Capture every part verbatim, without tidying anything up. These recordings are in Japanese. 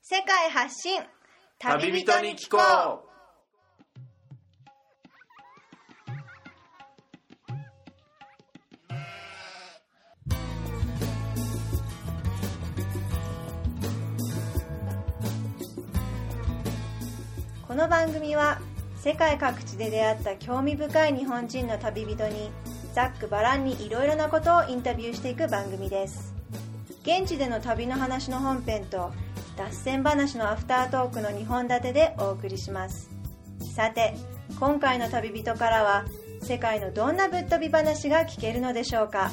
世界発信旅人に聞こう。 この番組は世界各地で出会った興味深い日本人の旅人にざっくばらんにいろいろなことをインタビューしていく番組です。現地での旅の話の本編と脱線話のアフタートークのにほん立てでお送りします。さて、今回の旅人からは世界のどんなぶっ飛び話が聞けるのでしょうか。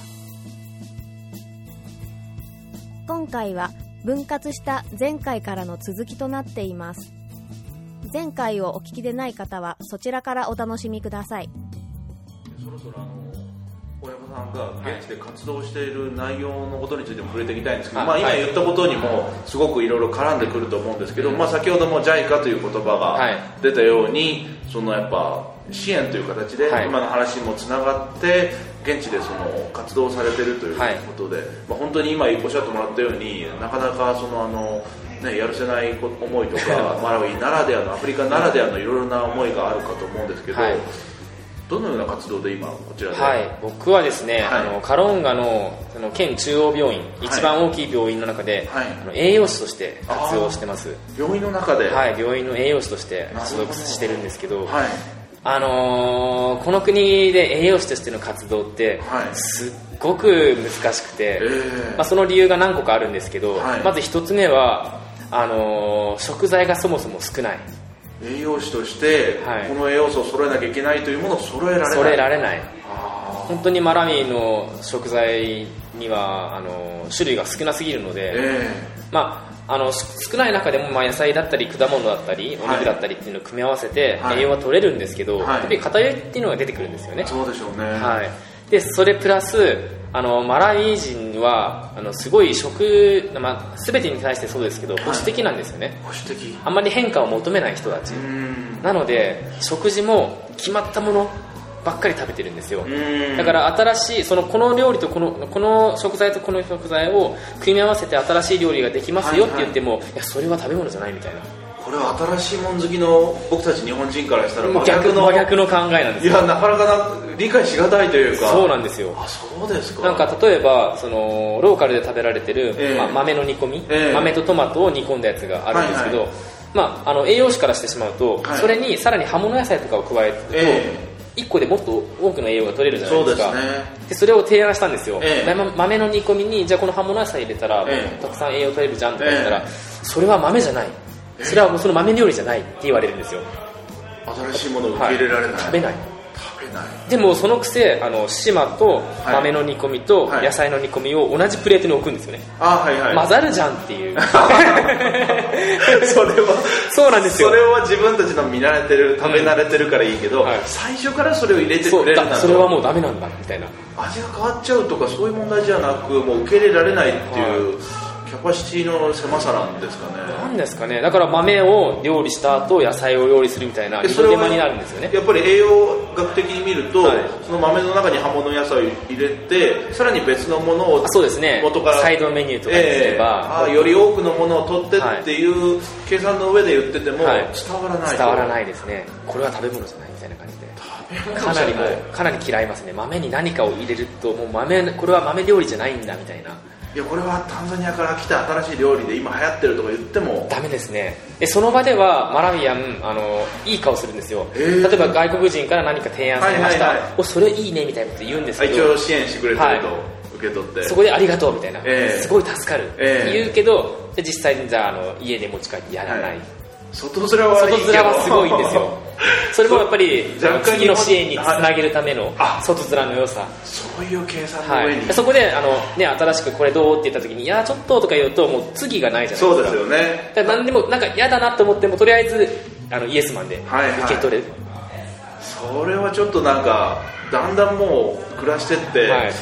今回は分割した前回からの続きとなっています。前回をお聞きでない方はそちらからお楽しみください。 そろそろあの大山さんが現地で活動している内容のことについても触れていきたいんですけど、はい、まあ、今言ったことにもすごくいろいろ絡んでくると思うんですけど、はい、まあ、先ほども ジャイカ という言葉が出たように、そのやっぱ支援という形で今の話にもつながって現地でその活動されているということで、はい、まあ、本当に今おっしゃってもらったようになかなかそのあのね、やるせない思いとかマラウイならではのアフリカならではのいろいろな思いがあるかと思うんですけど、はい、どのような活動で今こちらで、 はい、僕はですね、はい、あのカロンガ の, その県中央病院、はい、一番大きい病院の中で、はい、あの栄養士として活動してます。 病院の中で、 はい、病院の栄養士として所属してるんですけど、はい、あのー、この国で栄養士としての活動ってすっごく難しくて、はい、まあ、その理由が何個かあるんですけど、はい、まず一つ目はあのー、食材がそもそも少ない。 栄養士としてこの栄養素を揃えなきゃいけないというものを揃えられない。 揃えられない。本当にマラウイの食材にはあの種類が少なすぎるので、えーまあ、あの少ない中でもまあ野菜だったり果物だったりお肉だったりっていうのを組み合わせて栄養は取れるんですけど、はい、やっぱり偏りっていうのが出てくるんですよね。 そうでしょうね、 はい、でそれプラスあのマラウイ人はあのすごい食、まあ、全てに対してそうですけど保守的なんですよね、はい、 保守的。 あんまり変化を求めない人たちなので食事も決まったものばっかり食べてるんですよ。だから新しいそのこの料理とこの、この食材とこの食材を組み合わせて新しい料理ができますよって言っても、はいはい、いやそれは食べ物じゃないみたいな。 これは新しいもん好きの僕たち日本人からしたら真逆の真逆の考えなんですよ。 いやなかなかな理解しがたいというか。 そうなんですよ。 あ、そうですか。 なんか例えばそのローカルで食べられてる、えーまあ、豆の煮込み、えー、豆とトマトを煮込んだやつがあるんですけど、はいはい、まあ、あの栄養士からしてしまうと、はい、それにさらに葉物野菜とかを加えると、えー、いっこでもっと多くの栄養が取れるじゃないですか。そうですね。でそれを提案したんですよ、えー、豆の煮込みにじゃあこの葉物野菜入れたら、えー、たくさん栄養取れるじゃんとか言ったら、えー、それは豆じゃない、それはもうその豆料理じゃないって言われるんですよ。 新しいものを受け入れられない、はい、 食べない食べない。 でもそのくせあの島と豆の煮込みと野菜の煮込みを同じプレートに置くんですよね、 はい、あ、はいはい、 混ざるじゃんっていうそれはそうなんですよ。 それは自分たちの見慣れてる食べ慣れてるからいいけど、うん、はい、最初からそれを入れてくれるんだと、 それはもうダメなんだみたいな。 味が変わっちゃうとかそういう問題じゃなく、もう受け入れられないっていう、はい、キャパシティの狭さなんですかね。 なんですかね。だから豆を料理した後野菜を料理するみたいな色手間になるんですよね。 やっぱり栄養学的に見ると、はい、その豆の中に葉物野菜を入れてさらに別のものをそうですね、元からサイドメニューとかにすれば、 えー、あより多くのものを取ってっていう計算の上で言ってても、はい、伝わらない。 伝わらないですね。これは食べ物じゃないみたいな感じで、かなりもうかなり嫌いますね。豆に何かを入れるともう豆これは豆料理じゃないんだみたいな。 いやこれはタンザニアから来た新しい料理で今流行ってるとか言ってもダメですね。でその場ではマラウイアンあのいい顔するんですよ。例えば外国人から何か提案されました、はいはいはい、おそれいいねみたいなこと言うんですけど、 一応支援してくれてると受け取って、 はい、そこでありがとうみたいな、 えー、 すごい助かる、えー、言うけどで実際にじゃあ、あの家で持ち帰ってやらない、はい、 外面はいいけど外面はすごいんですよそれもやっぱり次の支援につなげるための外面の良さ、 そういう計算の上に、 はい、そこであの、ね、新しくこれどうって言った時にいやちょっととか言うともう次がないじゃないですか。 そうですよね。 だから何でもなんか嫌だなと思ってもとりあえずあのイエスマンで受け取れる、 はいはい、それはちょっとなんかだんだんもう暮らしてって、はい、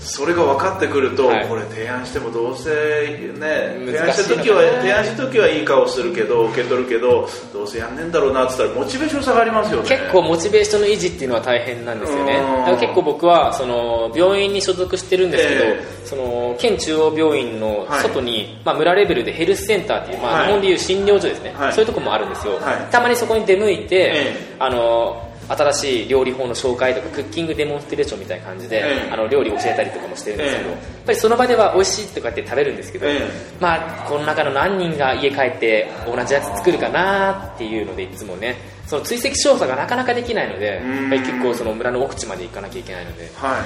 それが分かってくると、はい、これ提案してもどうせね提案した時は提案した時はいい顔するけど受け取るけどどうせやんねえんだろうなって言ったらモチベーション下がりますよね。 結構モチベーションの維持っていうのは大変なんですよね。だから結構僕はその病院に所属してるんですけど、えー、その県中央病院の外に、はい、まあ、村レベルでヘルスセンターっていう、まあ、日本でいう診療所ですね、はい、そういうところもあるんですよ、はい、たまにそこに出向いて、えー、あの新しい料理法の紹介とかクッキングデモンストレーションみたいな感じで、えー、あの料理教えたりとかもしてるんですけど、えー、やっぱりその場では美味しいとかって食べるんですけど、えー、まあこの中の何人が家帰って同じやつ作るかなっていうのでいつもねその追跡調査がなかなかできないので、やっぱり結構その村の奥地まで行かなきゃいけないので、はい、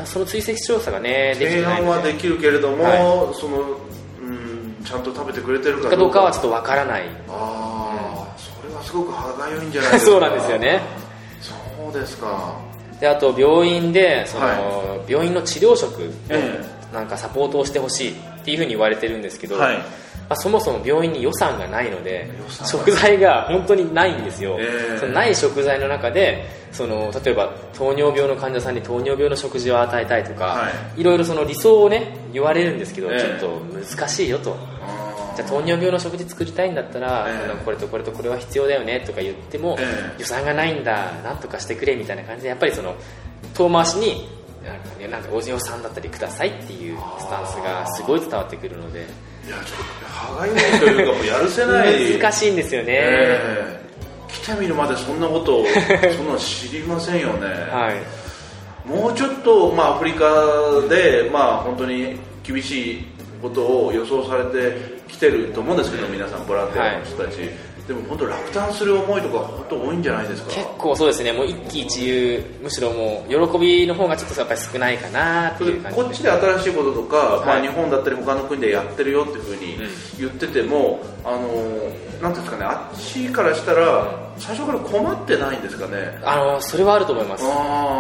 その追跡調査がねできてないので提案はできるけれども、はい、そのうんちゃんと食べてくれてるかどうかはちょっとわからない。 ああ、うん、それはすごく歯がゆいんじゃないですか。 そうなんですよね。 そうですか。 であと病院でその、はい、病院の治療職のなんかサポートをしてほしいっていうふうに言われてるんですけど、はい、まあ、そもそも病院に予算がないので食材が本当にないんですよ、えー、そのない食材の中でその例えば糖尿病の患者さんに糖尿病の食事を与えたいとか、はい、いろいろその理想をね言われるんですけど、えー、ちょっと難しいよと。じゃあ糖尿病の食事作りたいんだったら、えー、これとこれとこれは必要だよねとか言っても、えー、予算がないんだなんとかしてくれみたいな感じでやっぱりその遠回しになんか、ね、なんかお予算だったりくださいっていうスタンスがすごい伝わってくるので、 いやちょっと歯がゆいというかもうやるせない難しいんですよね、 えー、来てみるまでそんなことをそんな知りませんよね、はい、もうちょっと、まあ、アフリカで、まあ、本当に厳しいことを予想されてきてると思うんですけど、皆さんボランティアの人たち、はい、でも本当落胆する思いとか本当多いんじゃないですか。 結構そうですね。もう一喜一憂、むしろもう喜びの方がちょっとやっぱり少ないかなっていう感じで、 こっちで新しいこととか、はい、まあ、日本だったり他の国でやってるよっていうふうに言ってても、うん、あのなんていうんですかね、あっちからしたら最初から困ってないんですかね。 あのそれはあると思います。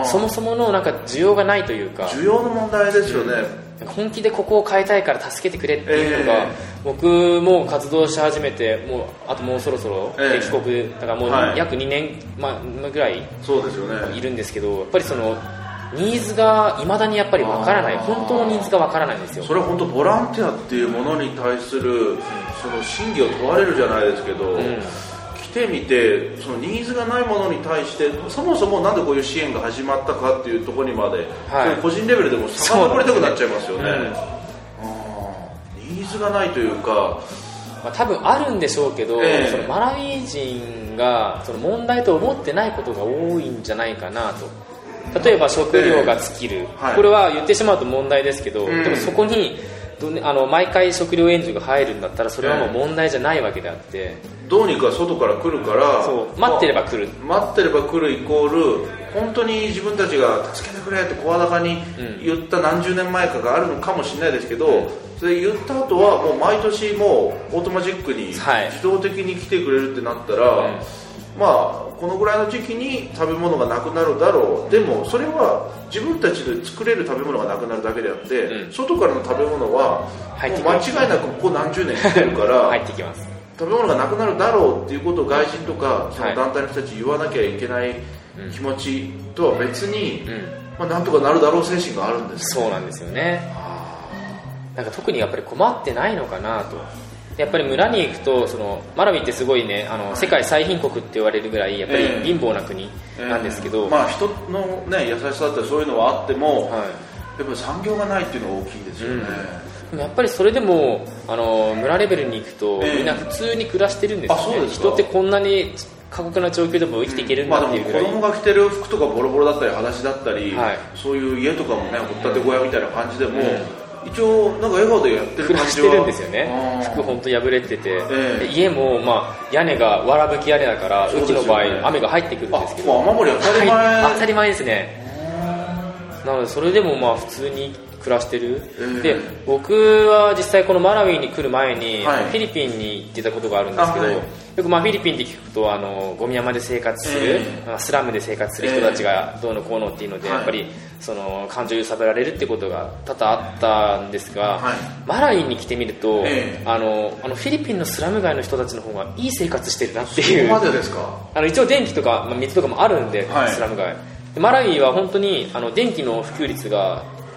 そもそものなんか需要がないというか、 需要の問題ですよね、 うん、本気でここを変えたいから助けてくれっていうのが、えー、僕も活動し始めてもうあともうそろそろで帰国、えー、だからもう約にねん、まあ、ぐらいいるんですけど、やっぱりそのニーズがいまだにやっぱりわからない、本当のニーズがわからないんですよ。 それは本当ボランティアっていうものに対する、うん、その真偽を問われるじゃないですけど、うん、来てみてそのニーズがないものに対してそもそもなんでこういう支援が始まったかっていうところにまで、はい、個人レベルでも遡りたくなっちゃいますよね。ニーズがないというか、 まあ、多分あるんでしょうけど、えー、そのマラウィ人がその問題と思ってないことが多いんじゃないかなと。例えば食料が尽きる、えーはい、これは言ってしまうと問題ですけど、うん、でもそこにあの毎回食料援助が入るんだったらそれはもう問題じゃないわけであって、えー、どうにか外から来るからそう待ってれば来る、 ま、待ってれば来るイコール本当に自分たちが助けてくれって声高に言った何十年前かがあるのかもしれないですけど、うん、それ言った後はもう毎年もうオートマチックに自動的に来てくれるってなったら、はい、まあこのぐらいの時期に食べ物がなくなるだろう。でもそれは自分たちで作れる食べ物がなくなるだけであって、うん、外からの食べ物はもう間違いなくここ何十年来てるから入ってきます。 食べ物がなくなるだろうっていうことを外人とかその団体の人たち言わなきゃいけない気持ちとは別に、うん、まあ、なんとかなるだろう精神があるんです、 ね、そうなんですよね。なんか特にやっぱり困ってないのかなと。やっぱり村に行くとそのマラウィってすごいね、あの世界最貧国って言われるぐらいやっぱり貧乏な国なんですけど、 えーえー、まあ人の、ね、優しさだったりそういうのはあっても、はい、やっぱり産業がないっていうのが大きいですよね、 うん、でもやっぱりそれでもあの村レベルに行くと、えー、みんな普通に暮らしてるんですよね。あ、そうですか。人ってこんなに過酷な状況でも生きていけるんだっていうぐらい、 うん、まあ、でも子供が着てる服とかボロボロだったり裸足だったり、はい、そういう家とかもね掘ったて小屋みたいな感じでも、うん、一応なんか笑顔でやってる感じは暮らしてるんですよね。服本当破れてて、えー、家もまあ屋根がわらぶき屋根だから、うちの場合雨が入ってくるんですけど、 雨漏り当たり前、 当たり前ですね。なのでそれでもまあ普通に暮らしてる、えー、で僕は実際このマラウィに来る前に、はい、フィリピンに行ってたことがあるんですけど、はい、よくまあフィリピンで聞くとあのゴミ山で生活する、えー、スラムで生活する人たちがどうのこうのっていうので、えー、やっぱりその感情揺さぶられるってことが多々あったんですが、はい、マラウィに来てみると、えー、あのあのフィリピンのスラム街の人たちの方がいい生活してるなっていう。 そこまでですか。 あの一応電気とか、まあ、水とかもあるんで、はい、スラム街マラウィは本当にあの電気の普及率が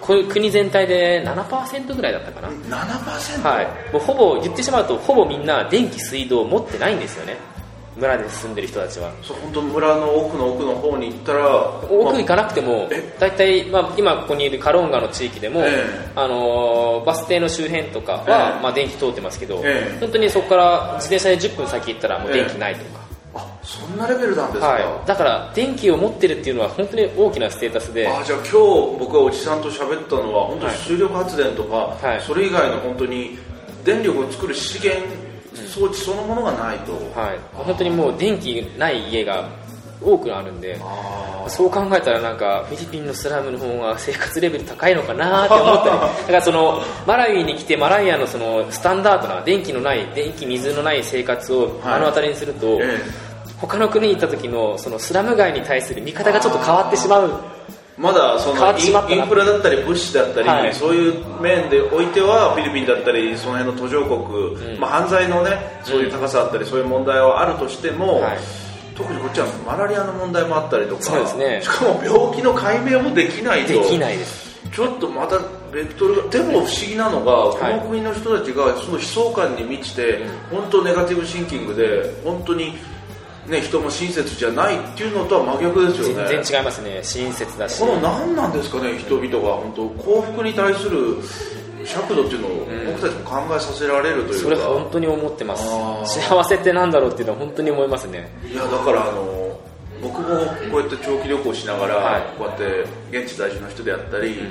こういう国全体で ななパーセント ぐらいだったかな。 ななパーセント？ はい、もうほぼ言ってしまうとほぼみんな電気水道を持ってないんですよね、村で住んでる人たちは。 そう、本当村の奥の奥の方に行ったら奥行かなくてもだいたい、まあ、今ここにいるカロンガの地域でも、えーあのー、バス停の周辺とかは、えーまあ、電気通ってますけど、えー、本当にそこから自転車でじゅっぷん先行ったらもう電気ないとか、 えー、あ、そんなレベルなんですか。 はい、だから電気を持ってるっていうのは本当に大きなステータスで。 あ、じゃあ今日僕がおじさんと喋ったのは本当に水力発電とか、はい、それ以外の本当に電力を作る資源装置そのものがないと、 はい、本当にもう電気ない家が多くあるんで、そう考えたらなんかフィリピンのスラムの方が生活レベル高いのかなって思ったりだからそのマラウイに来てマラウイのそのスタンダードな電気のない電気水のない生活を目の当たりにすると、はい、ええ、他の国に行った時のそのスラム街に対する見方がちょっと変わってしまう。 まだそのインフラだったり物資だったり、はい、そういう面でおいてはフィリピンだったりその辺の途上国、うん、まあ、犯罪のねそういう高さだったりそういう問題はあるとしても、はい、特にこっちはマラリアの問題もあったりとか、 そうですね、 しかも病気の解明もできないと、 できないです。 ちょっとまたベクトルが、でも不思議なのが、はい、この国の人たちがその悲壮感に満ちて、うん、本当ネガティブシンキングで本当にね、人も親切じゃないっていうのとは真逆ですよね。 全然違いますね。親切だし、 この何なんですかね、人々が本当幸福に対する尺度っていうのを僕たちも考えさせられるというか、うん、 それ本当に思ってます。幸せってなんだろうっていうのは本当に思いますね。 いやだからあの僕もこうやって長期旅行しながら、はい、こうやって現地在住の人であったり、うん、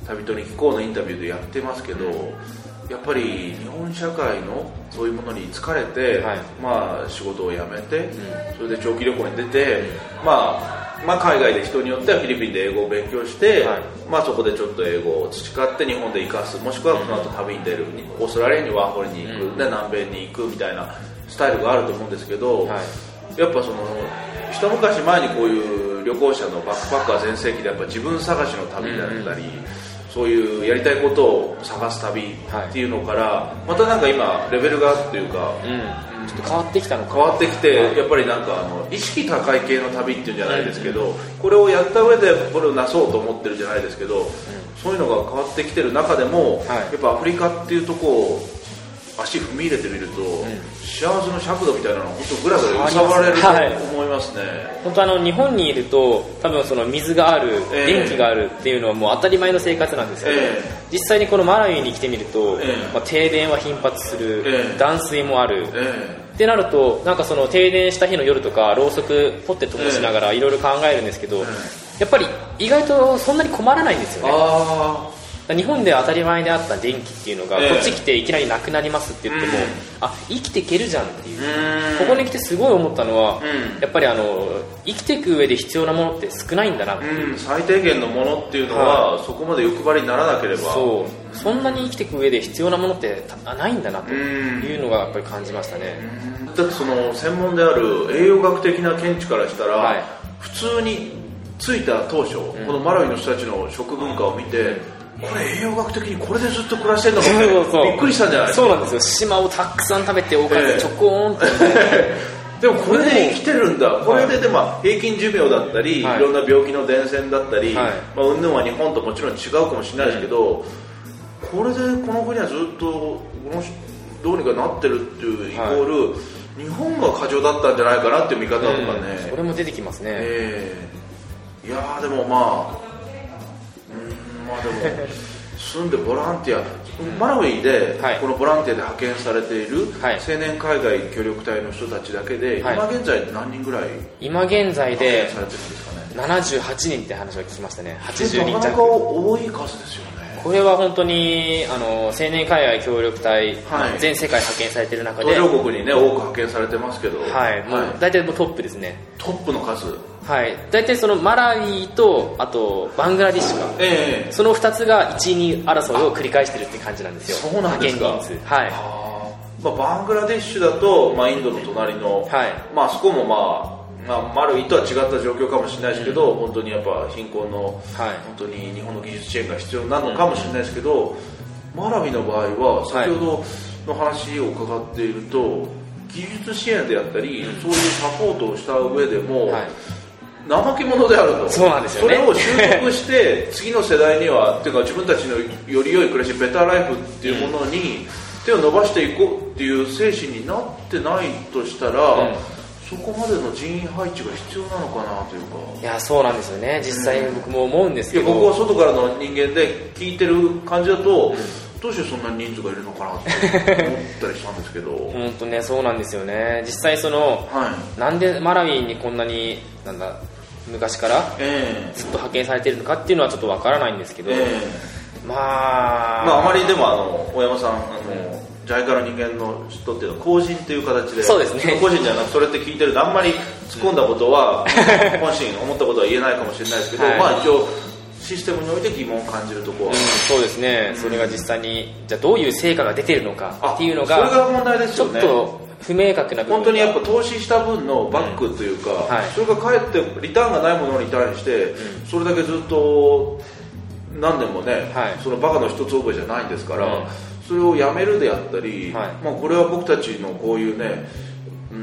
旅人に聞こうのインタビューでやってますけど、やっぱり日本社会のそういうものに疲れて、はい、まあ、仕事を辞めて、うん、それで長期旅行に出て、うん、まあ、まあ海外で人によってはフィリピンで英語を勉強して、はい、まあ、そこでちょっと英語を培って日本で生かす、もしくはこの後旅に出る、オーストラリアにワーホリに行く、うん、で南米に行くみたいなスタイルがあると思うんですけど、はい、やっぱその一昔前にこういう旅行者のバックパッカー全盛期でやっぱ自分探しの旅だったり、うんうん、そういうやりたいことを探す旅っていうのから、はい、またなんか今レベルがっていうか、 うん、ちょっと変わってきたのか変わってきて、はい、やっぱりなんかあの意識高い系の旅っていうんじゃないですけど、うん、これをやった上でこれをなそうと思ってるじゃないですけど、うん、そういうのが変わってきてる中でも、はい、やっぱアフリカっていうとこを足踏み入れてみると、うん、幸せの尺度みたいなのが本当ぐらぐら揺さばれると思いますね。はい、 本当あの日本にいると多分その水がある、えー、電気があるっていうのはもう当たり前の生活なんですけど、えー、実際にこのマラウイに来てみると、えーまあ、停電は頻発する、えー、断水もある、えー、ってなるとなんかその停電した日の夜とかろうそくポッて灯しながらいろいろ考えるんですけど、えー、やっぱり意外とそんなに困らないんですよね。あ日本で当たり前であった電気っていうのが、えー、こっち来ていきなりなくなりますって言っても、うん、あ生きていけるじゃんっていう、うん、ここに来てすごい思ったのは、うん、やっぱりあの生きていく上で必要なものって少ないんだなっていう、 うん、最低限のものっていうのは、はい、そこまで欲張りにならなければそうそんなに生きていく上で必要なものってないんだなというのがやっぱり感じましたね。 うん、だってその専門である栄養学的な見地からしたら、はい、普通に着いた当初、うん、このマラウイの人たちの食文化を見てこれ栄養学的にこれでずっと暮らしてるのかってそうそうびっくりしたんじゃないですか。 そうなんですよ。島をたくさん食べておかずちょこーんって、 えー、でもこれで生きてるんだ。これでで、まあ、平均寿命だったり、はい、いろんな病気の伝染だったり、はいまあ、云々は日本ともちろん違うかもしれないですけど、うん、これでこの国はずっとこのどうにかなってるっていうイコール、はい、日本が過剰だったんじゃないかなっていう見方とかね、 うん、それも出てきますね。 えー、いやーでもまあまあでも住んでボランティアマラウイでこのボランティアで派遣されている青年海外協力隊の人たちだけで今現在何人ぐらい今現在で派遣されてるんですかね。 ななじゅうはちにんって話を聞きましたね。はちじゅうにん弱。 なかなか多い数ですよね。 これは本当にあの青年海外協力隊、はい、全世界派遣されている中で途上国にね多く派遣されてますけど、 はい、もう大体もうトップですね。 トップの数はい、大体そのマラウイとあとバングラディッシュか、えー、そのふたつがいちいに争いを繰り返してるって感じなんですよ。 そうなんですか。 派遣人数、はいあ、まあ、バングラディッシュだと、まあ、インドの隣の、はいまあそこもまあまあ、マラウイとは違った状況かもしれないですけど、うん、本当にやっぱ貧困の、はい、本当に日本の技術支援が必要なのかもしれないですけど、うん、マラウイの場合は先ほどの話を伺っていると、はい、技術支援であったり、うん、そういうサポートをした上でも、はい、 怠け者であると。 そうなんですよね。 それを習得して次の世代にはっていうか自分たちのより良い暮らしベターライフっていうものに手を伸ばしていこうっていう精神になってないとしたら、うん、そこまでの人員配置が必要なのかなというか。 いやそうなんですよね。実際僕も思うんですけど、 いや僕は外からの人間で聞いてる感じだと、うん、どうしてそんなに人数がいるのかなって思ったりしたんですけど本当ねそうなんですよね。実際その、はい、なんでマラウイにこんなになんだ昔からずっと派遣されているのかっていうのはちょっとわからないんですけど、えー、まあまああまりでもあの大山さんあの、ジャイカの人間の人っていうのは公人っていう形で、 そうですね、 個人じゃなくそれって聞いてるとあんまり突っ込んだことは本心思ったことは言えないかもしれないですけど、はい、まあ一応システムにおいて疑問を感じるところは、うん、 そうですね、うん、それが実際にじゃあどういう成果が出ているのかっていうのがそれが問題ですよね。 ちょっと不明確な部分本当にやっぱ投資した分のバックというか、うんはい、それがかえってリターンがないものに対して、うん、それだけずっと何年もね、はい、そのバカの一つ覚えじゃないんですから、うん、それをやめるであったり、はいまあ、これは僕たちのこういうね、うん、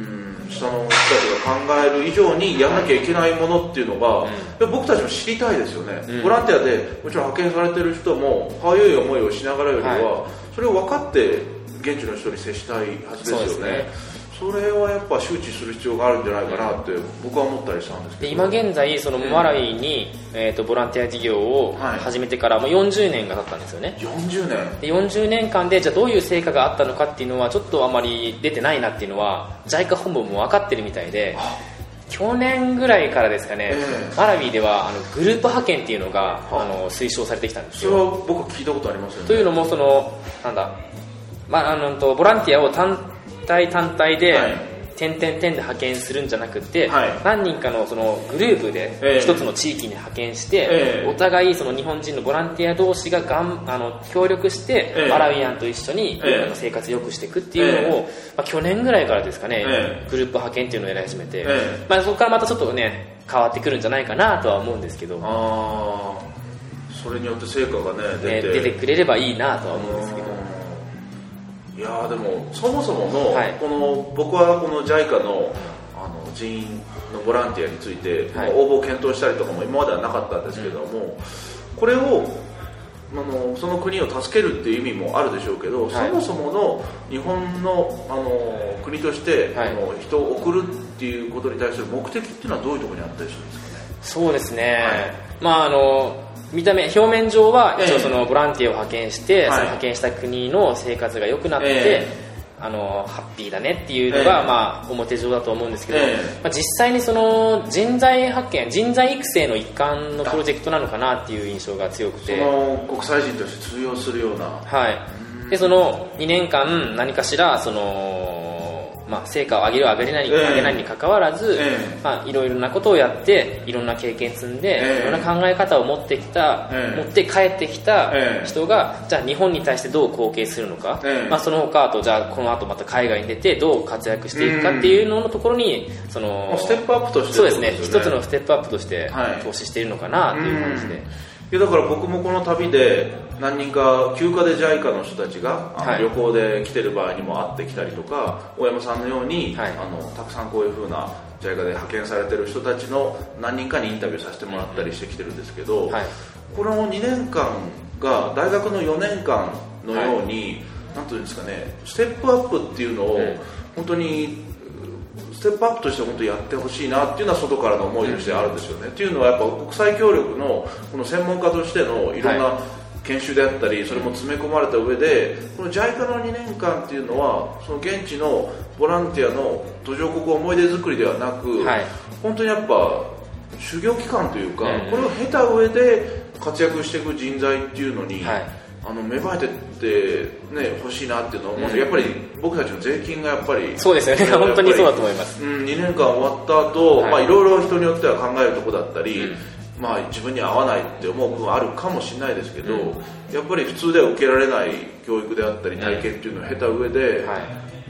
下の人たちが考える以上にやらなきゃいけないものっていうのが、うん、僕たちも知りたいですよね、うん、ボランティアでもちろん派遣されてる人も歯ゆい思いをしながらよりは、はい、それを分かって現地の人に接したいはずですよね。それはやっぱ周知する必要があるんじゃないかなって僕は思ったりしたんですけど、 で今現在そのマラウイに、えー、とボランティア事業を始めてからもうよんじゅうねんが経ったんですよね。 よんじゅうねんでよんじゅうねんかんでじゃあどういう成果があったのかっていうのはちょっとあまり出てないなっていうのは ジャイカ 本部も分かってるみたいで、去年ぐらいからですかね、えー、マラウイではあのグループ派遣っていうのがあの推奨されてきたんですよ。 それは僕聞いたことありますよね。 というのもそのなんだ、まあ、あのボランティアを単体単体で、はい点々点で派遣するんじゃなくて、はい、何人かのそのグループで一つの地域に派遣して、えー、お互いその日本人のボランティア同士ががんあの協力して、えー、マラウイアンと一緒に、えー、生活を良くしていくっていうのを、えーまあ、去年ぐらいからですかね、えー、グループ派遣っていうのをやり始めて、えーまあ、そこからまたちょっとね変わってくるんじゃないかなとは思うんですけど、 あそれによって成果がね出て、 ね、出てくれればいいなとは思うんですけど、 いやでもそもそもの、はい、この僕はこの ジャイカ の, あの人員のボランティアについて、はい、応募を検討したりとかも今まではなかったんですけども、うん、これをあのその国を助けるっていう意味もあるでしょうけど、はい、そもそもの日本 の, あの国として、はい、あの人を送るっていうことに対する目的っていうのはどういうところにあったりするんですかね。 そうですね、はい、まああの見た目表面上は一応そのボランティアを派遣して、えー、その派遣した国の生活が良くなって、えー、あのハッピーだねっていうのが、えーまあ、表上だと思うんですけど、えーまあ、実際にその人材派遣人材育成の一環のプロジェクトなのかなっていう印象が強くて、 その国際人として通用するような、 はい、でそのにねんかん何かしらそのまあ、成果を上げる上げないに、えー、上げないにかかわらず、えーまあ、いろいろなことをやっていろんな経験積んで、えー、いろんな考え方を持ってきた、えー、持って帰ってきた人が、えー、じゃあ日本に対してどう貢献するのか、えーまあ、その他あとじゃあこの後また海外に出てどう活躍していくかっていうののところにそのステップアップとして、 そうですね、一つのステップアップとして投資しているのかなっていう感じで、はい、 いやだから僕もこの旅で何人か休暇で ジャイカ の人たちがあの、はい、旅行で来てる場合にも会ってきたりとか、大山さんのように、はい、あのたくさんこういう風な ジャイカ で派遣されてる人たちの何人かにインタビューさせてもらったりしてきてるんですけど、はい、このにねんかんが大学のよねんかんのように、はい、なんていうんですかね、ステップアップっていうのを本当にステップアップとして本当にやってほしいなっていうのは外からの思いとしてあるんですよね、うん、っていうのはやっぱ国際協力のこの専門家としてのいろんな、はい、研修であったりそれも詰め込まれた上でこの ジャイカ のにねんかんっていうのはその現地のボランティアの途上国思い出作りではなく、はい、本当にやっぱ修行期間というか、うん、これを経た上で活躍していく人材っていうのに、はい、あの芽生えてってね欲しいなっていうのは思うんです、うん、やっぱり僕たちの税金がやっぱりそうですよね、本当にそうだと思います、 うん、にねんかん終わった後、はい、まあいろいろ人によっては考えるとこだったり、うんまあ、自分に合わないって思う部分はあるかもしれないですけど、うん、やっぱり普通では受けられない教育であったり体験っていうのを経た上で、うんはい、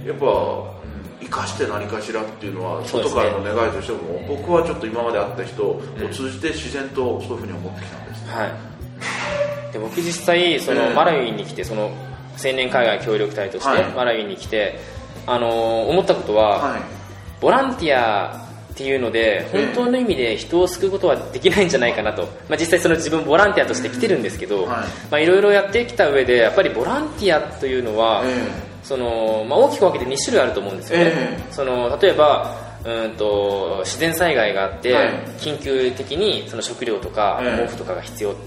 やっぱ生かして何かしらっていうのは外からの願いとしても、ね、僕はちょっと今まで会った人を通じて自然とそういうふうに思ってきたんです、ねはい、で僕実際そのマラウイに来てその青年海外協力隊としてマラウイに来て、あのー、思ったことは、はい、ボランティアっっていうので本当の意味で人を救うことはできないんじゃないかなと、まあ、実際その自分ボランティアとして来てるんですけど、いろいろやってきた上でやっぱりボランティアというのは、そのまあ、大きく分けてに種類あると思うんですよね、その例えばうんと自然災害があって、はい、緊急的にその食料とか、えー、毛布とかが必要だった、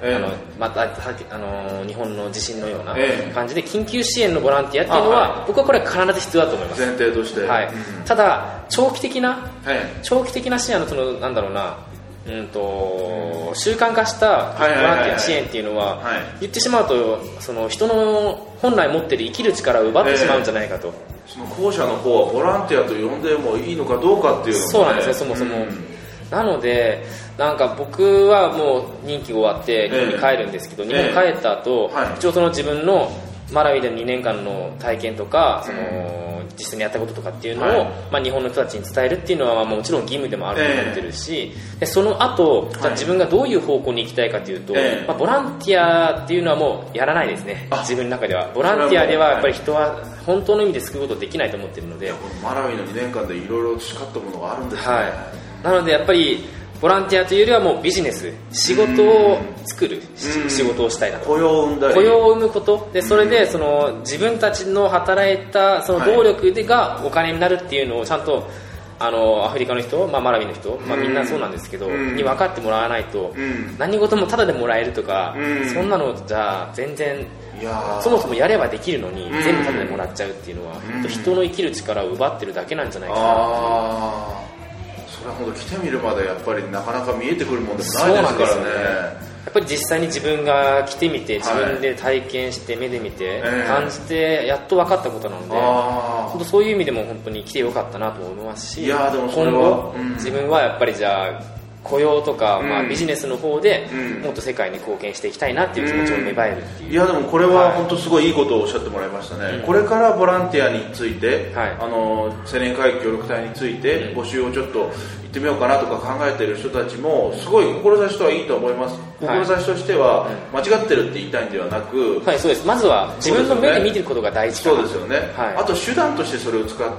えー、あのまたあの日本の地震のような感じで緊急支援のボランティアっていうのは、はい、僕はこれは必ず必要だと思います。 前提として、 はい、うん、ただ長期的な、はい、長期的な支援のそのなんだろうなうんと習慣化したボランティア支援っていうのは言ってしまうとその人の本来持っている生きる力を奪ってしまうんじゃないかと、えー、 その後者の方はボランティアと呼んでもいいのかどうかっていうのも、ね、 そうなんですね、そもそも、うん、なのでなんか僕はもう任期終わって日本に帰るんですけど、えー、日本に帰った後、えー、一応その自分のマラウイでのにねんかんの体験とかその、うん、実際にやったこととかっていうのを、はい、まあ、日本の人たちに伝えるっていうのは、まあ、もちろん義務でもあると思ってるし、えー、でその後、じゃあ自分がどういう方向に行きたいかというと、えーまあ、ボランティアっていうのはもうやらないですね、自分の中では。ボランティアではやっぱり人は本当の意味で救うことできないと思ってるので、 マラウイのにねんかんでいろいろ培ったものがあるんですね、 はい、なのでやっぱりボランティアというよりはもうビジネス、仕事を作る仕事をしたいなと。 雇用を生んだり、 雇用を生むことで、それでその自分たちの働いたその労力でがお金になるっていうのをちゃんとあのアフリカの人、まあ、マラウイの人、まあ、みんなそうなんですけどに分かってもらわないと、何事もタダでもらえるとかそんなのじゃ全然いやそもそもやればできるのに全部タダでもらっちゃうっていうのは人の生きる力を奪ってるだけなんじゃないかな。 あそれは本当来てみるまでやっぱりなかなか見えてくるもんでもないですからね。 そうなんですよね。やっぱり実際に自分が来てみて自分で体験して目で見て感じてやっと分かったことなので、本当そういう意味でも本当に来てよかったなと思いますし、 いやでもそれは今後、うん、自分はやっぱりじゃあ雇用とか、まあ、ビジネスの方でもっと世界に貢献していきたいなっていう気持ちを芽生えるっていう、うん、 いやでもこれは本当すごいいいことをおっしゃってもらいましたね、うん、これからボランティアについて、はい、あの青年会議協力隊について募集をちょっと行ってみようかなとか考えている人たちもすごい志とはいいと思います。志としては間違ってるって言いたいんではなく、 はい、そうです。まずは自分の目で見てることが大事かな。 そうですよね、はい、あと手段としてそれを使って、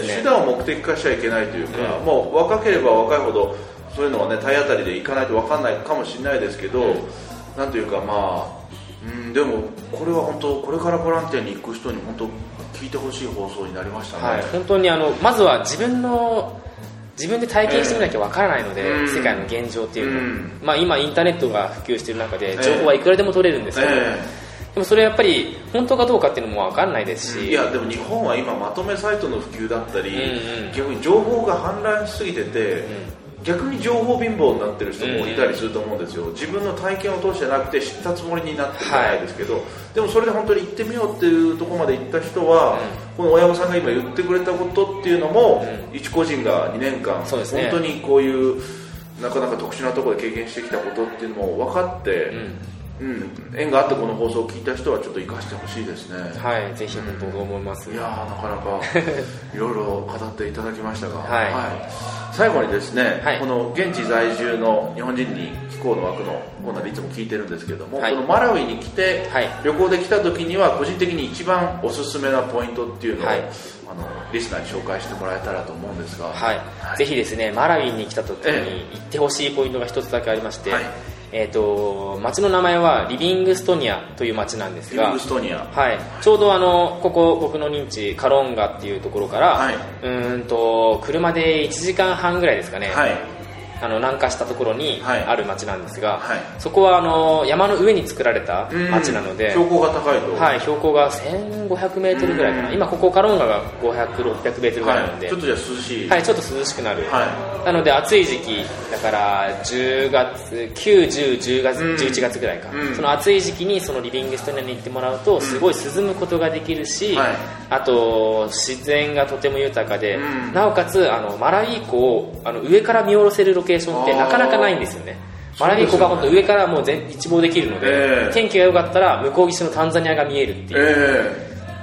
ね、手段を目的化しちゃいけないというか、うん、もう若ければ若いほどそういうのはね体当たりでいかないと分かんないかもしれないですけど、うん、なんというかまあ、うん、でもこれは本当これからボランティアに行く人に本当聞いてほしい放送になりましたね、はい、 本当にあのまずは自分の自分で体験してみなきゃ分からないので、えー、世界の現状っていうの、うん、まあ、今インターネットが普及している中で情報はいくらでも取れるんですけど、えー、でもそれやっぱり本当かどうかっていうのも分かんないですし、 いやでも日本は今まとめサイトの普及だったり、うんうん、逆に情報が氾濫しすぎてて、うん、逆に情報貧乏になってる人もいたりすると思うんですよ、うん、自分の体験を通してなくて知ったつもりになってるじゃないですけど、はい、でもそれで本当に行ってみようっていうところまで行った人は、うん、この親御さんが今言ってくれたことっていうのも、うん、一個人がにねんかん、そうですね、本当にこういうなかなか特殊なところで経験してきたことっていうのも分かって、うんうん、縁があってこの放送を聞いた人はちょっと生かしてほしいですね。 はい、ぜひ本当そう思います、 うん、いやなかなかいろいろ語っていただきましたが、はいはい、最後にですね、はい、この現地在住の日本人に気候の枠のコーナーでいつも聞いてるんですけども、はい、このマラウイに来て、はい、旅行で来た時には個人的に一番おすすめなポイントっていうのを、はい、あのリスナーに紹介してもらえたらと思うんですが、 はいはい、ぜひですねマラウイに来た時に行ってほしいポイントが一つだけありまして、はい、えー、と町の名前はリビングストニアという町なんですが、 リビングストニア、 はい、ちょうどあのここ僕の認知カロンガっていうところから、はい、うーんと車でいちじかんはんぐらいですかね、はい、あの南下したところにある町なんですが、はいはい、そこはあの山の上に作られた町なので、 標高が高いと、 はい、標高がせんごひゃくメートルぐらいかな、今ここカロンガがごひゃく、ろっぴゃくメートルぐらいなので、 はい、ちょっとじゃあ涼しい、 はい、ちょっと涼しくなる、はい、なので暑い時期だからじゅうがつ、きゅう、じゅう、じゅうがつ、じゅういちがつぐらいか、うん、その暑い時期にそのリビングストニアに行ってもらうとすごい涼むことができるし、はい、あと自然がとても豊かで、うん、なおかつあのマラウイ湖をあの上から見下ろせるロケーションってなかなかないんですよね。マラウイ湖が本当上からもう全一望できるので、えー、天気が良かったら向こう岸のタンザニアが見えるっていう、えー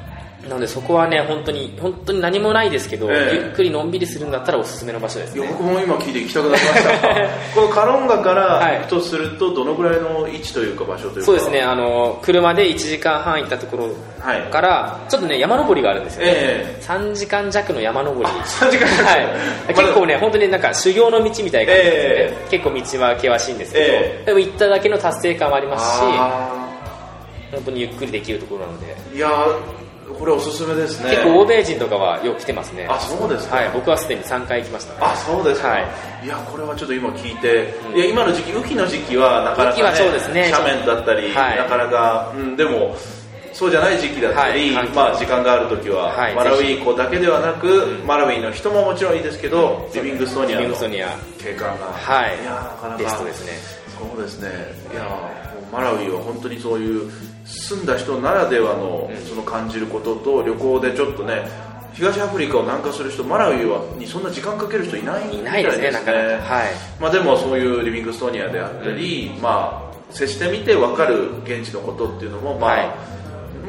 なのでそこはね本当に本当に何もないですけど、えー、ゆっくりのんびりするんだったらおすすめの場所ですね。 いや僕も今聞いて行きたくなりましたこのカロンガから行くとするとどのぐらいの位置というか場所というか。 そうですね、あの車でいちじかんはん行ったところから、はい、ちょっとね山登りがあるんですよね、えー、さんじかん弱の山登りさんじかん弱、はい、 結構ね本当になんか修行の道みたいな感じですね、えー、結構道は険しいんですけど、えー、でも行っただけの達成感もありますし本当にゆっくりできるところなので。 いやこれおすすめですね。 結構欧米人とかはよく来てますね。 あ、そうですか。 はい、僕はすでにさんかい行きました、ね。 あ、そうですか。はい、いやこれはちょっと今聞いて、うん、いや今の時期雨季の時期はなかなか、ね、雨季はそうですね、斜面だったり、はい、なかなか、うん、でもそうじゃない時期だったり、はい、まあ時間がある時は、はい、マラウイ湖だけではなく、うん、マラウイの人ももちろんいいですけど、リビングストニアの景観が、 はい、 いやなかなかベストですね。 そうですね。いやマラウイは本当にそういう住んだ人ならではのその感じることと、旅行でちょっとね東アフリカを南下する人、マラウイにそんな時間かける人いないみたいですね。いないですね、なかなか。はい。まあでもそういうリビングストニアであったり、うん、まあ接してみて分かる現地のことっていうのも、まあ、はい、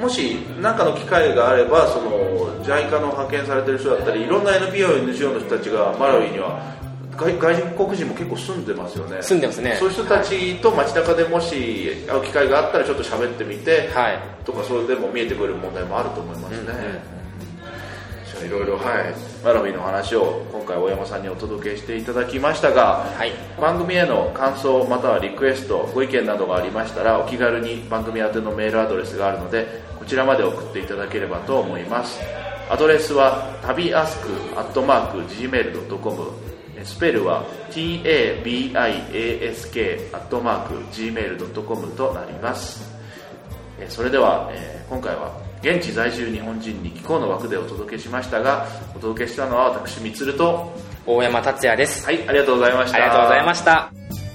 もし何かの機会があればその ジャイカ の派遣されてる人だったりいろんな エヌピーオー や エヌジーオー の人たちがマラウイには外国人も結構住んでますよね。 住んでますね。 そういう人たちと街中でもし会う機会があったらちょっと喋ってみて、はい、とかそれでも見えてくる問題もあると思いますね。うんうん、いろいろ、はい、マラウイの話を今回大山さんにお届けしていただきましたが、はい、番組への感想またはリクエストご意見などがありましたらお気軽に番組宛てのメールアドレスがあるのでこちらまで送っていただければと思います。アドレスは旅アスクアットマーク ジーメールドットコム、スペルは タビアスク アットマーク ジーメールドットコム となります。それでは、えー、今回は現地在住日本人に気候の枠でお届けしましたが、お届けしたのは私みつると大山達也です。 はい、ありがとうございました。 ありがとうございました。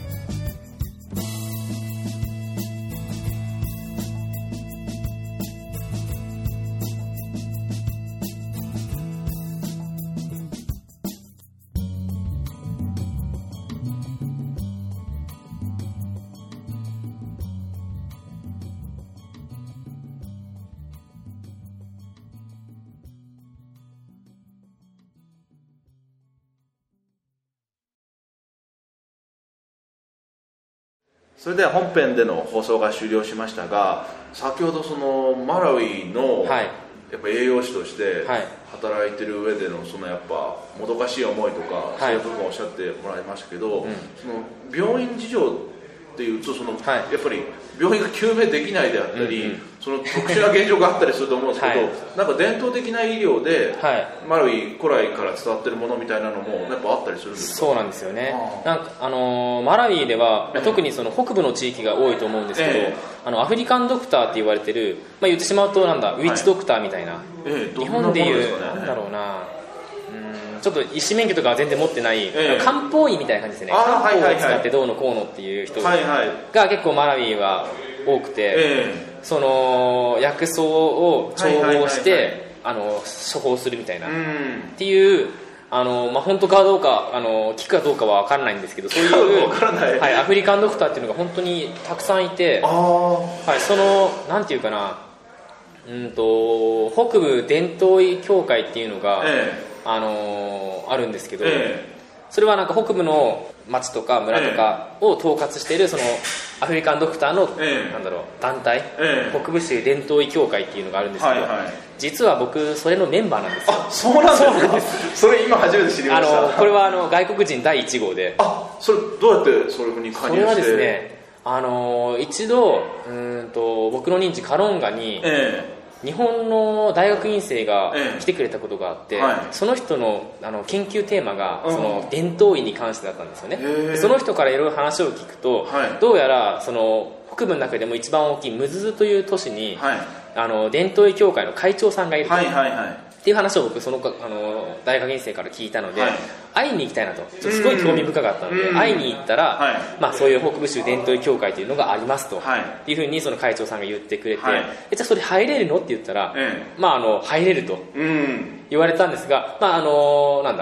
それでは本編での放送が終了しましたが、先ほどそのマラウイのやっぱ栄養士として働いてる上でのそのやっぱもどかしい思いとかそういう部分をおっしゃってもらいましたけど、その病院事情っていうとその、はい、やっぱり病院が救命できないであったり、うんうん、その特殊な現状があったりすると思うんですけど、はい、なんか伝統的な医療で、はい、マラウイ古来から伝わってるものみたいなのもやっぱあったりするんですか？ そうなんですよね。なんか、あのー、マラウイでは、まあ、特にその北部の地域が多いと思うんですけど、えー、あのアフリカンドクターって言われてる、まあ、言ってしまうとなんだウィッチドクターみたいな、はい、えー、日本でいう、ね、なんだろうな、ちょっと医師免許とかは全然持ってない、えー、漢方医みたいな感じですね。漢方を使ってどうのこうのっていう人が結構マラウイは多くて、えー、その薬草を調合して処方するみたいな、うん、っていうあの、まあ、本当かどうかあの聞くかどうかは分からないんですけど、そういう、はい、アフリカンドクターっていうのが本当にたくさんいて、はい、そのなんていうかな、うんと北部伝統医協会っていうのが、えーあのー、あるんですけど、えー、それはなんか北部の町とか村とかを統括しているそのアフリカンドクターの、えー、なんだろう団体、えー、北部州伝統医協会っていうのがあるんですけど、はいはい、実は僕それのメンバーなんですよ。 あ、そうなんですか。そうなんです。それ今初めて知りました。あのこれはあの外国人だいいち号で。 あ、それどうやってそういうふうに加入して。それはですね、 あのー、一度うんと僕の認知カロンガに、えー日本の大学院生が来てくれたことがあって、ええ、はい、その人 の, あの研究テーマが、うん、その伝統医に関してだったんですよね。その人からいろいろ話を聞くと、はい、どうやらその北部の中でも一番大きいムズズという都市に、はい、あの伝統医協会の会長さんがいると、はいはいはい、っていう話を僕そのあの大学院生から聞いたので、はい、会いに行きたいなと、ちょっとすごい興味深かったので会いに行ったら、はい、まあ、そういう北部州伝統医協会というのがありますと、はい、いうふうにその会長さんが言ってくれて、はい、じゃあそれ入れるのって言ったら、ええ、まあ、あの入れると言われたんですが、まあ、あのなんだ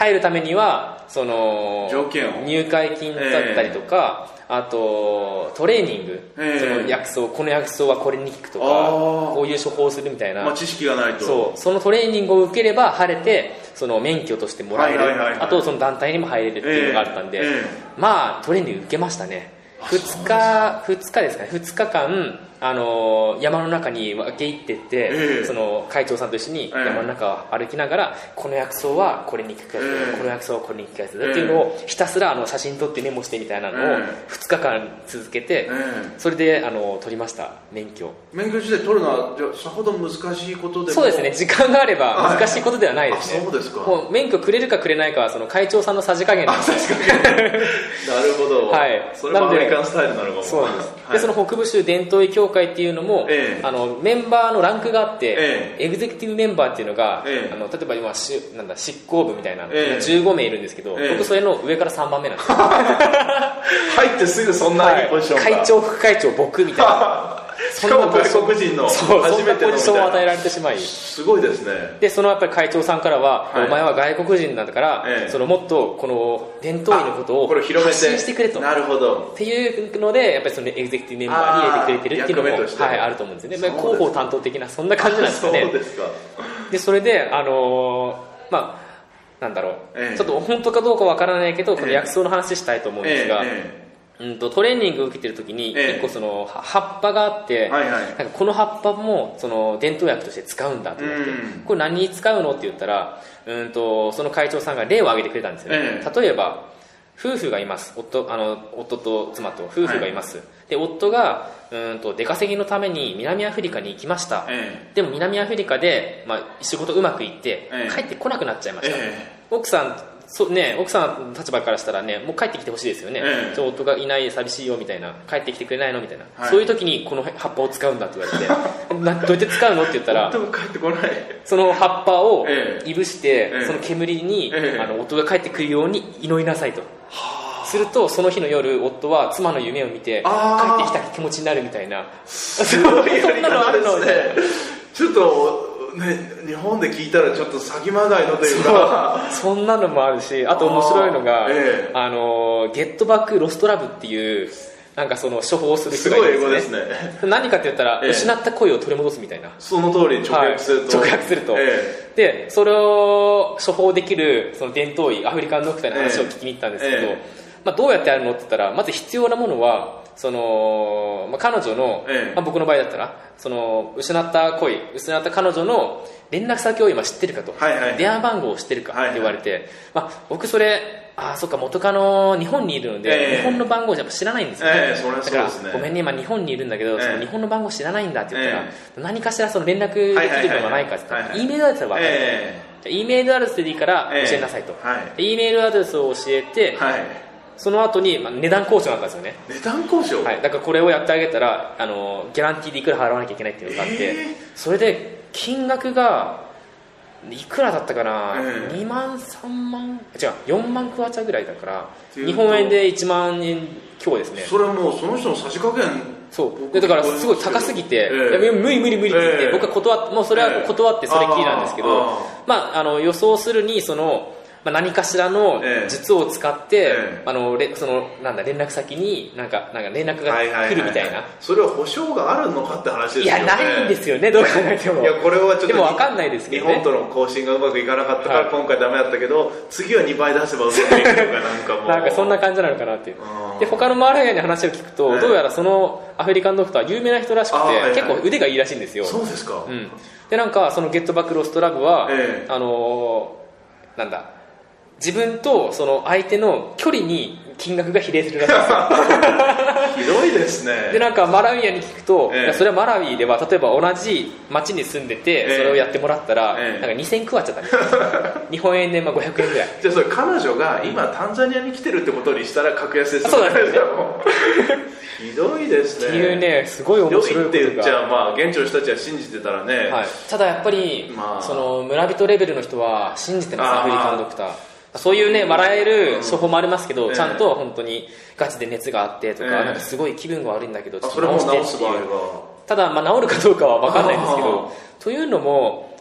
入るためにはその条件を入会金だったりとか、えーあとトレーニング、えー、その薬草この薬草はこれに効くとかこういう処方をするみたいな、 まあ、知識がないとそうそのトレーニングを受ければ晴れてその免許としてもらえる、はいはいはいはい、あとその団体にも入れるっていうのがあったんで、えーえー、まあトレーニング受けましたね。ふつかふつかですかねふつかかんあの山の中に分け入ってって、えー、その会長さんと一緒に山の中を歩きながら、えー、この薬草はこれに効くやつだ、えー、この薬草はこれに効くやつだっていうのをひたすらあの写真撮ってメモしてみたいなのをふつかかん続けて、えー、それであの取りました免許。 免許自体取るのはじゃさほど難しいことでもそうですね時間があれば難しいことではないですね。 そうですか。 もう免許くれるかくれないかはその会長さんのさじ加減なんですなるほど、 はい、 それもアメリカンスタイルなのかも。 そうなんです、はい、でその北部州伝統医協会っていうのも、ええ、あのメンバーのランクがあって、ええ、エグゼクティブメンバーっていうのが、ええ、あの例えば今しなんだ執行部みたいな、ええ、じゅうごめいいるんですけど、ええ、僕それの上からさんばんめなんですよ入ってすぐそんないいポジションが、 はい、会長副会長僕みたいなしかも外国人の初めてのポジションを与えられてしまいすごいですね。 でそのやっぱり会長さんからは、はい、お前は外国人なんだから、ええ、そのもっとこの伝統医のことを発信してくれとなるほどっていうのでやっぱりそのエグゼクティブメンバーに入れてくれてるっていうのも、はい、あると思うんですよね。広報担当的なそんな感じなんですかね。 そうですか。 でそれであのー、まあなんだろう、ええ、ちょっと本当かどうかわからないけどこの薬草の話したいと思うんですが、えええうん、とトレーニングを受けてる時にええ、 一個その葉っぱがあって、はいはい、なんかこの葉っぱもその伝統薬として使うんだと思って、うん、これ何に使うのって言ったら、うん、とその会長さんが例を挙げてくれたんですよね、ええ、例えば夫婦がいます 夫, あの夫と妻と夫婦がいます、はい、で夫がうんと出稼ぎのために南アフリカに行きました、ええ、でも南アフリカで、まあ、仕事うまくいって、ええ、帰ってこなくなっちゃいました、ええ、奥さんそね、奥さんの立場からしたらねもう帰ってきてほしいですよね、ええ、夫がいない寂しいよみたいな帰ってきてくれないのみたいな、はい、そういう時にこの葉っぱを使うんだって言われてなどうやって使うのって言ったら夫が帰ってこないその葉っぱをいぶして、ええ、その煙に、ええ、あの夫が帰ってくるように祈りなさいと、するとその日の夜夫は妻の夢を見て帰ってきた気持ちになるみたいなすごいやり方ですねちょっとね、日本で聞いたらちょっと詐欺まがいのというかそ, そんなのもあるし、あと面白いのがあ、ええ、あのゲットバックロストラブっていうなんかその処方をする人がいるんですね。すごい英語ですね。何かって言ったら、ええ、失った恋を取り戻すみたいな、その通りに直訳すると、 はい、直訳すると、ええ、でそれを処方できるその伝統医アフリカンドクターの話を聞きに行ったんですけど、ええまあ、どうやってやるのって言ったらまず必要なものはその、まあ、彼女の、ええまあ、僕の場合だったらその失った恋失った彼女の連絡先を今知ってるかと、はいはいはい、電話番号を知ってるかって言われて、はいはいまあ、僕それあそっか元カノ日本にいるので、えー、日本の番号じゃ知らないんですよ、ねえー、そりゃそうですね、だからごめんね今日本にいるんだけど、えー、その日本の番号知らないんだって言ったら、えー、何かしらその連絡できるのがないかって言ったら E メールアドレスは分かる、えー、E メールアドレスでいいから教えなさいと、えーはい、E メールアドレスを教えて、はいその後に、まあ、値段交渉なんですよね。 値段交渉、 はい、だからこれをやってあげたらあのギャランティーでいくら払わなきゃいけないっていうのがあって、えー、それで金額がいくらだったかな、えー、にまんさんまん違うよんまんクワチャぐらいだから日本円でいちまんえん強ですね。 それはもうその人のさじ加減そうでだからすごい高すぎて、えー、いや無理無理無理って言って、えー、僕は断ってもうそれは断ってそれっきりなんですけど、えー、あまあ、あの予想するにそのまあ、何かしらの術を使って、ええ、あのそのなんだ連絡先になんかなんか連絡が来るみたいな、はいはいはいはい、 それは保証があるのかって話ですよね。 いやないんですよねどう考えても。 いやこれはちょっとでも分かんないですけど、ね、 日本との交信がうまくいかなかったから今回ダメだったけど、はい、次はにばい出せばうまくいくのかなんかもうなんかそんな感じなのかなっていう。で他のマーライアに話を聞くと、ええ、どうやらそのアフリカンドクター有名な人らしくて、はいはい、結構腕がいいらしいんですよ。 そうですか、 うん、でなんかそのゲットバックロストラブは、ええ、あのー、なんだ自分とその相手の距離に金額が比例するらしいですよひどいですね。 でなんかマラウイアに聞くと、ええ、それはマラウイでは例えば同じ町に住んでてそれをやってもらったら、ええ、なんかにせん食わっちゃったみたいな日本円でまあごひゃくえんぐらい。 じゃあそれ彼女が今タンザニアに来てるってことにしたら格安ですよね。 そうなんですよひどいですね。 っていうねすごい面白いことがひどいって言っちゃまあ現地の人たちは信じてたらね、 はい、ただやっぱり、まあ、その村人レベルの人は信じてますアフリカンドクター。そういうね笑える処方もありますけど、うん、ちゃんと本当にガチで熱があってとか、えー、なんかすごい気分が悪いんだけどちょっと治してっていう。ただまあ治るかどうかは分かんないんですけどというのも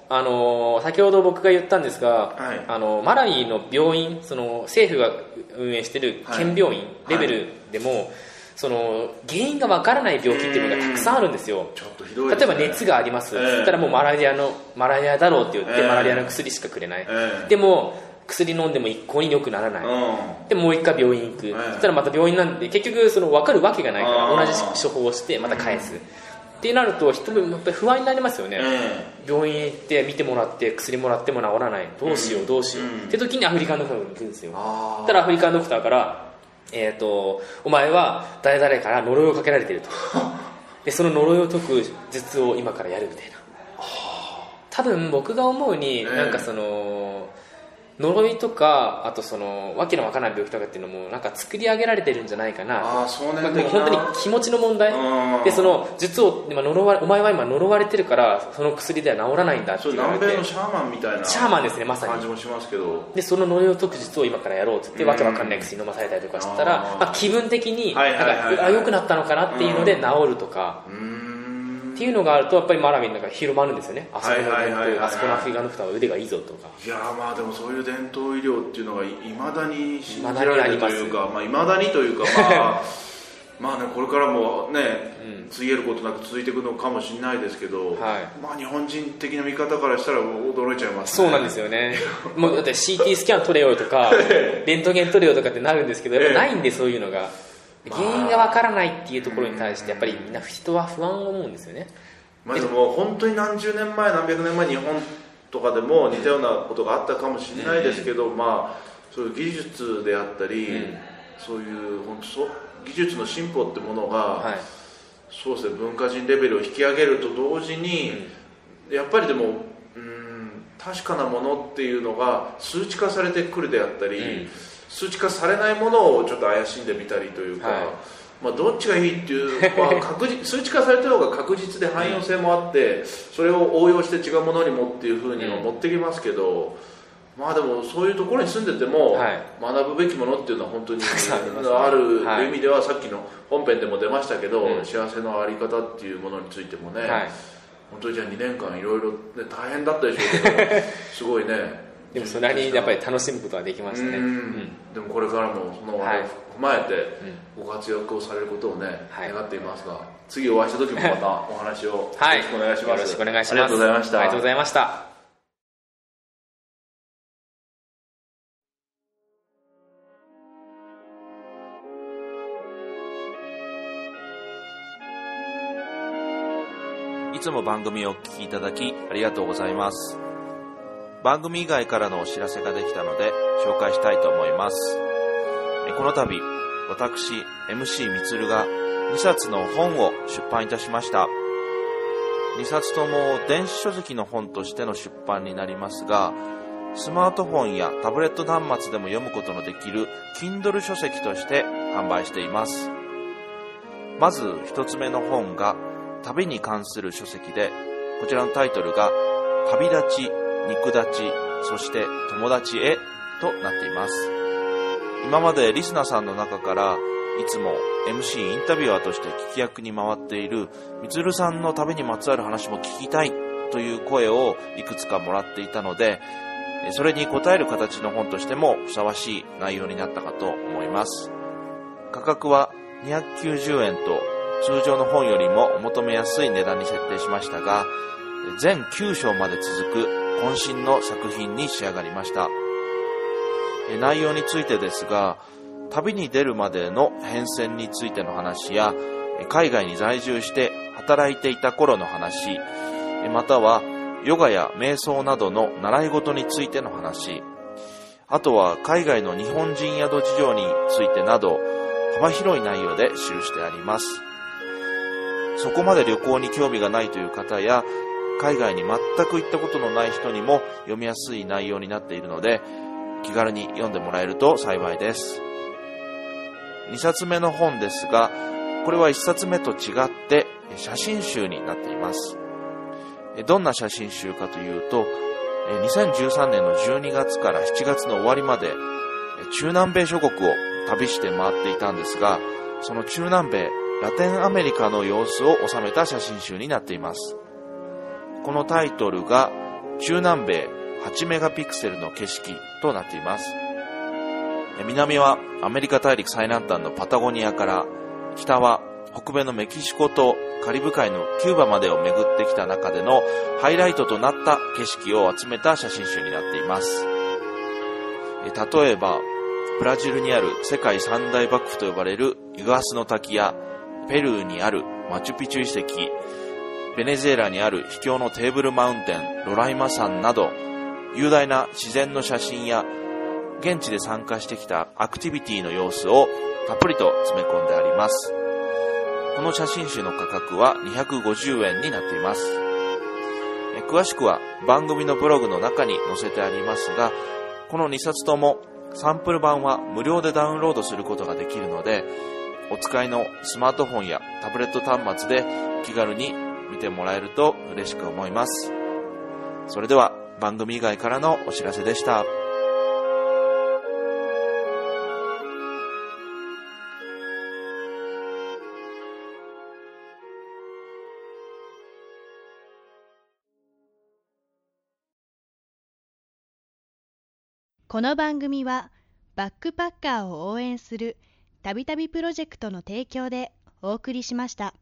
あの先ほど僕が言ったんですが、 はい、 あのマラリーの病院、その政府が運営している県病院レベルでも、はいはい、その原因がわからない病気っていうのがたくさんあるんですよ。 ちょっとひどいですね。 例えば熱があります、えー、そしたらもうマラリアのマラリアだろうって言って、えー、マラリアの薬しかくれない、えー、でも薬飲んでも一向に良くならない、うん、でもう一回病院行く、えー、そしたらまた病院なんで結局その分かるわけがないから同じ処方をしてまた返す、うん、ってなると人もやっぱり不安になりますよね、えー、病院行って見てもらって薬もらっても治らない、どうしようどうしよう、うん、って時にアフリカンドクターに行くんですよ。そしたらアフリカンドクターからえー、とお前は誰々から呪いをかけられているとでその呪いを解く術を今からやるみたいな。多分僕が思うに、えー、なんかその呪いとかあとそのわけのわからない病気とかっていうのもなんか作り上げられてるんじゃないかな。 あそうね、 まあ、本当に気持ちの問題で、その術を今呪われお前は今呪われてるからその薬では治らないんだって言われて、 南米のシャーマンみたいなシャーマンですね、まさに感じもしますけど、 でその呪いを解く術を今からやろうって言ってわけわかんない薬飲まされたりとかしたら、まあ、気分的になんかあ良くなったのかなっていうので治るとか、っていうのがあるとやっぱりマラウィの中で広まるんですよね。あそこのあそこのアフリカの人は腕がいいぞとか。 いやまあでもそういう伝統医療っていうのがいまだに信じられるというか、まあいまだにというかまあまあねこれからもね、うん、ついえることなく続いていくのかもしれないですけど、はい、まあ日本人的な見方からしたら驚いちゃいますね。そうなんですよね。もうだって シーティー スキャン取れよとかレントゲン取れよとかってなるんですけど、やっぱないんでそういうのが。原因がわからないっていうところに対してやっぱりみんな人は不安を思うんですよね。 まあ、でも本当に何十年前何百年前日本とかでも似たようなことがあったかもしれないですけど、うん、まあそういう技術であったり、うん、そういう本当そう技術の進歩ってものが、はい、そうですね、文化人レベルを引き上げると同時に、うん、やっぱりでもうん確かなものっていうのが数値化されてくるであったり、うん、数値化されないものをちょっと怪しんでみたりというか、はい、まあ、どっちがいいっていう、まあ、確実数値化されてる方が確実で汎用性もあってそれを応用して違うものにもっていうふうには持ってきますけど、まあでもそういうところに住んでても、はい、学ぶべきものっていうのは本当にあるという意味では、さっきの本編でも出ましたけど、うん、幸せのあり方っていうものについてもね、はい、本当にじゃあにねんかんいろいろ大変だったでしょうけどすごいねでもそれなりにやっぱり楽しむことができましたね。うん、うん、 でもこれからもその話題を踏まえてご活躍をされることをね、はい、願っていますが、次お会いした時もまたお話をよろしくお願いします。はい、よろしくお願いします。ありがとうございました。 ありがとうございました。 いつも番組をお聞きいただきありがとうございます。番組以外からのお知らせができたので紹介したいと思います。この度私 エムシー みつるがにさつの本を出版いたしました。にさつとも電子書籍の本としての出版になりますが、スマートフォンやタブレット端末でも読むことのできる Kindle 書籍として販売しています。まず一つ目の本が旅に関する書籍で、こちらのタイトルが旅立ち、肉立ち、そして友達へとなっています。今までリスナーさんの中からいつも エムシー インタビュアーとして聞き役に回っているみつるさんの旅にまつわる話も聞きたいという声をいくつかもらっていたので、それに応える形の本としてもふさわしい内容になったかと思います。価格はにひゃくきゅうじゅうえんと通常の本よりもお求めやすい値段に設定しましたが、全きゅうしょうまで続く渾身の作品に仕上がりました。内容についてですが、旅に出るまでの変遷についての話や、海外に在住して働いていた頃の話、またはヨガや瞑想などの習い事についての話、あとは海外の日本人宿事情についてなど幅広い内容で記してあります。そこまで旅行に興味がないという方や、海外に全く行ったことのない人にも読みやすい内容になっているので、気軽に読んでもらえると幸いです。にさつめの本ですが、これはいっさつめと違って写真集になっています。どんな写真集かというと、にせんじゅうさんねんのじゅうにがつからしちがつの終わりまで中南米諸国を旅して回っていたんですが、その中南米ラテンアメリカの様子を収めた写真集になっています。このタイトルが中南米はちメガピクセルの景色となっています。南はアメリカ大陸最南端のパタゴニアから、北は北米のメキシコとカリブ海のキューバまでを巡ってきた中でのハイライトとなった景色を集めた写真集になっています。例えば、ブラジルにある世界三大瀑布と呼ばれるイグアスの滝や、ペルーにあるマチュピチュ遺跡、ベネズエラにある秘境のテーブルマウンテン、ロライマ山など、雄大な自然の写真や、現地で参加してきたアクティビティの様子をたっぷりと詰め込んであります。この写真集の価格はにひゃくごじゅうえんになっています。え詳しくは番組のブログの中に載せてありますが、このにさつともサンプル版は無料でダウンロードすることができるので、お使いのスマートフォンやタブレット端末で気軽に見てもらえると嬉しく思います。それでは番組以外からのお知らせでした。 この番組はバックパッカーを応援するたびたびプロジェクトの提供でお送りしました。